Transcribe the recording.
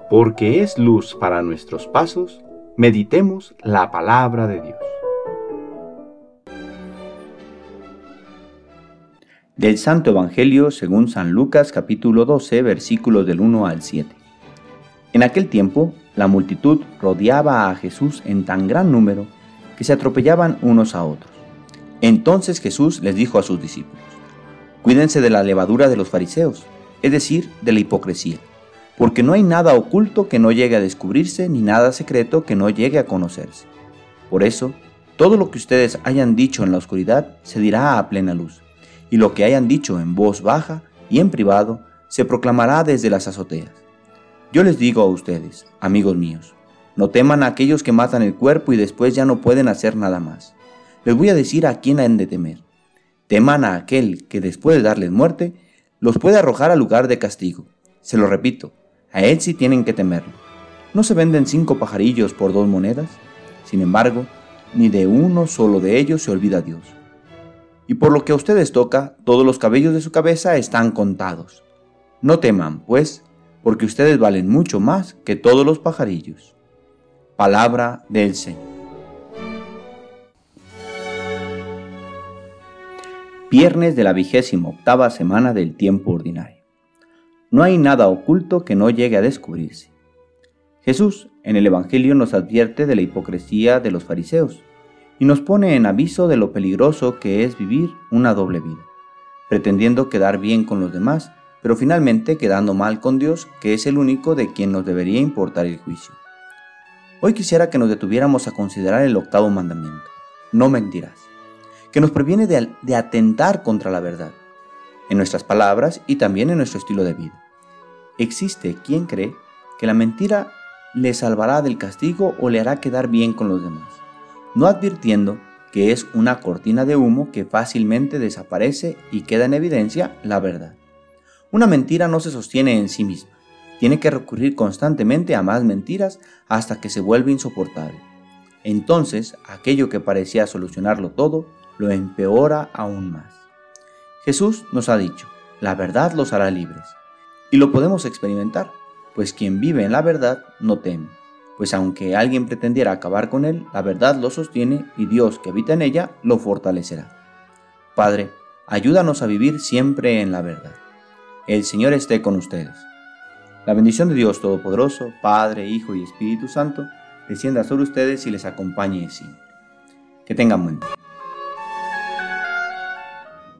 porque es luz para nuestros pasos, meditemos la palabra de Dios. Del Santo Evangelio según San Lucas capítulo 12 versículos del 1 al 7. En aquel tiempo, la multitud rodeaba a Jesús en tan gran número que se atropellaban unos a otros. Entonces Jesús les dijo a sus discípulos: cuídense de la levadura de los fariseos, es decir, de la hipocresía, porque no hay nada oculto que no llegue a descubrirse, ni nada secreto que no llegue a conocerse. Por eso, todo lo que ustedes hayan dicho en la oscuridad se dirá a plena luz, y lo que hayan dicho en voz baja y en privado se proclamará desde las azoteas. Yo les digo a ustedes, amigos míos, no teman a aquellos que matan el cuerpo y después ya no pueden hacer nada más. Les voy a decir a quién han de temer. Teman a aquel que después de darles muerte, los puede arrojar al lugar de castigo. Se lo repito, a él sí tienen que temerlo. ¿No se venden 5 pajarillos por 2 monedas? Sin embargo, ni de uno solo de ellos se olvida Dios. Y por lo que a ustedes toca, todos los cabellos de su cabeza están contados. No teman, pues, porque ustedes valen mucho más que todos los pajarillos. Palabra del Señor. Viernes de la 28ª semana del tiempo ordinario. No hay nada oculto que no llegue a descubrirse. Jesús en el Evangelio nos advierte de la hipocresía de los fariseos y nos pone en aviso de lo peligroso que es vivir una doble vida, pretendiendo quedar bien con los demás, pero finalmente quedando mal con Dios, que es el único de quien nos debería importar el juicio. Hoy quisiera que nos detuviéramos a considerar el 8º mandamiento: no mentirás, que nos previene de atentar contra la verdad, en nuestras palabras y también en nuestro estilo de vida. Existe quien cree que la mentira le salvará del castigo o le hará quedar bien con los demás, no advirtiendo que es una cortina de humo que fácilmente desaparece y queda en evidencia la verdad. Una mentira no se sostiene en sí misma, tiene que recurrir constantemente a más mentiras hasta que se vuelve insoportable. Entonces, aquello que parecía solucionarlo todo, lo empeora aún más. Jesús nos ha dicho, la verdad los hará libres. Y lo podemos experimentar, pues quien vive en la verdad no teme, pues aunque alguien pretendiera acabar con él, la verdad lo sostiene y Dios que habita en ella lo fortalecerá. Padre, ayúdanos a vivir siempre en la verdad. El Señor esté con ustedes. La bendición de Dios Todopoderoso, Padre, Hijo y Espíritu Santo, descienda sobre ustedes y les acompañe siempre. Que tengan buen día.